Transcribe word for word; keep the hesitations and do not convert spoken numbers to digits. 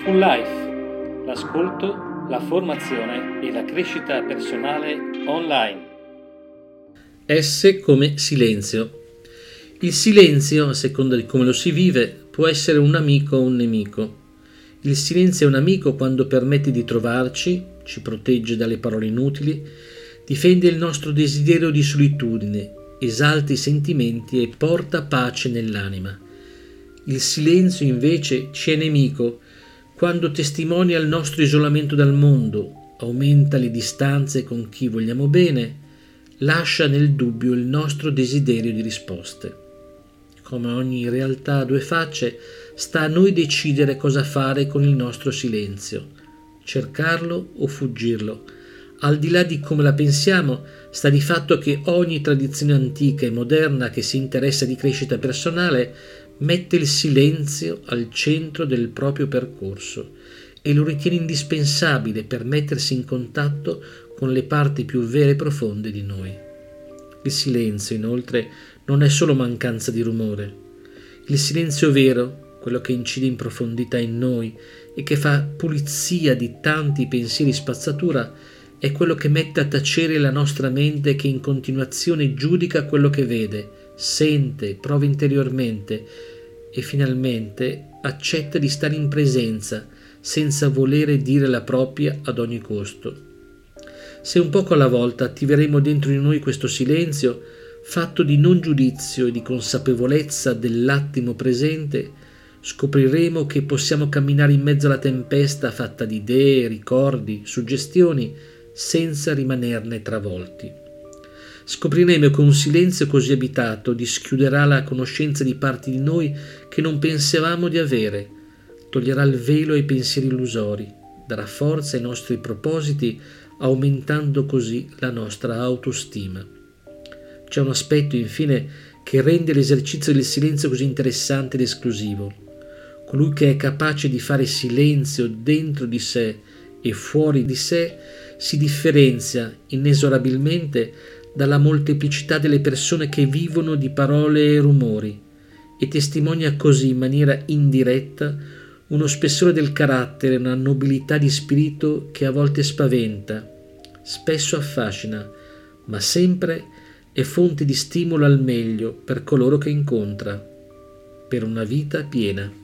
Full Life, l'ascolto, la formazione e la crescita personale online. S come silenzio. Il silenzio, a seconda di come lo si vive, può essere un amico o un nemico. Il silenzio è un amico quando permette di trovarci, ci protegge dalle parole inutili, difende il nostro desiderio di solitudine, esalta i sentimenti e porta pace nell'anima. Il silenzio invece ci è nemico quando testimonia il nostro isolamento dal mondo, aumenta le distanze con chi vogliamo bene, lascia nel dubbio il nostro desiderio di risposte. Come ogni realtà a due facce, sta a noi decidere cosa fare con il nostro silenzio, cercarlo o fuggirlo. Al di là di come la pensiamo, sta di fatto che ogni tradizione antica e moderna che si interessa di crescita personale mette il silenzio al centro del proprio percorso e lo ritiene indispensabile per mettersi in contatto con le parti più vere e profonde di noi. Il silenzio, inoltre, non è solo mancanza di rumore. Il silenzio vero, quello che incide in profondità in noi e che fa pulizia di tanti pensieri spazzatura, è quello che mette a tacere la nostra mente che in continuazione giudica quello che vede, sente, prova interiormente e finalmente accetta di stare in presenza senza volere dire la propria ad ogni costo. Se un poco alla volta attiveremo dentro di noi questo silenzio, fatto di non giudizio e di consapevolezza dell'attimo presente, scopriremo che possiamo camminare in mezzo alla tempesta fatta di idee, ricordi, suggestioni, senza rimanerne travolti. Scopriremo che un silenzio così abitato dischiuderà la conoscenza di parti di noi che non pensavamo di avere, toglierà il velo ai pensieri illusori, darà forza ai nostri propositi, aumentando così la nostra autostima. C'è un aspetto, infine, che rende l'esercizio del silenzio così interessante ed esclusivo. Colui che è capace di fare silenzio dentro di sé e fuori di sé si differenzia inesorabilmente dalla molteplicità delle persone che vivono di parole e rumori e testimonia così in maniera indiretta uno spessore del carattere, una nobiltà di spirito che a volte spaventa, spesso affascina, ma sempre è fonte di stimolo al meglio per coloro che incontra, per una vita piena.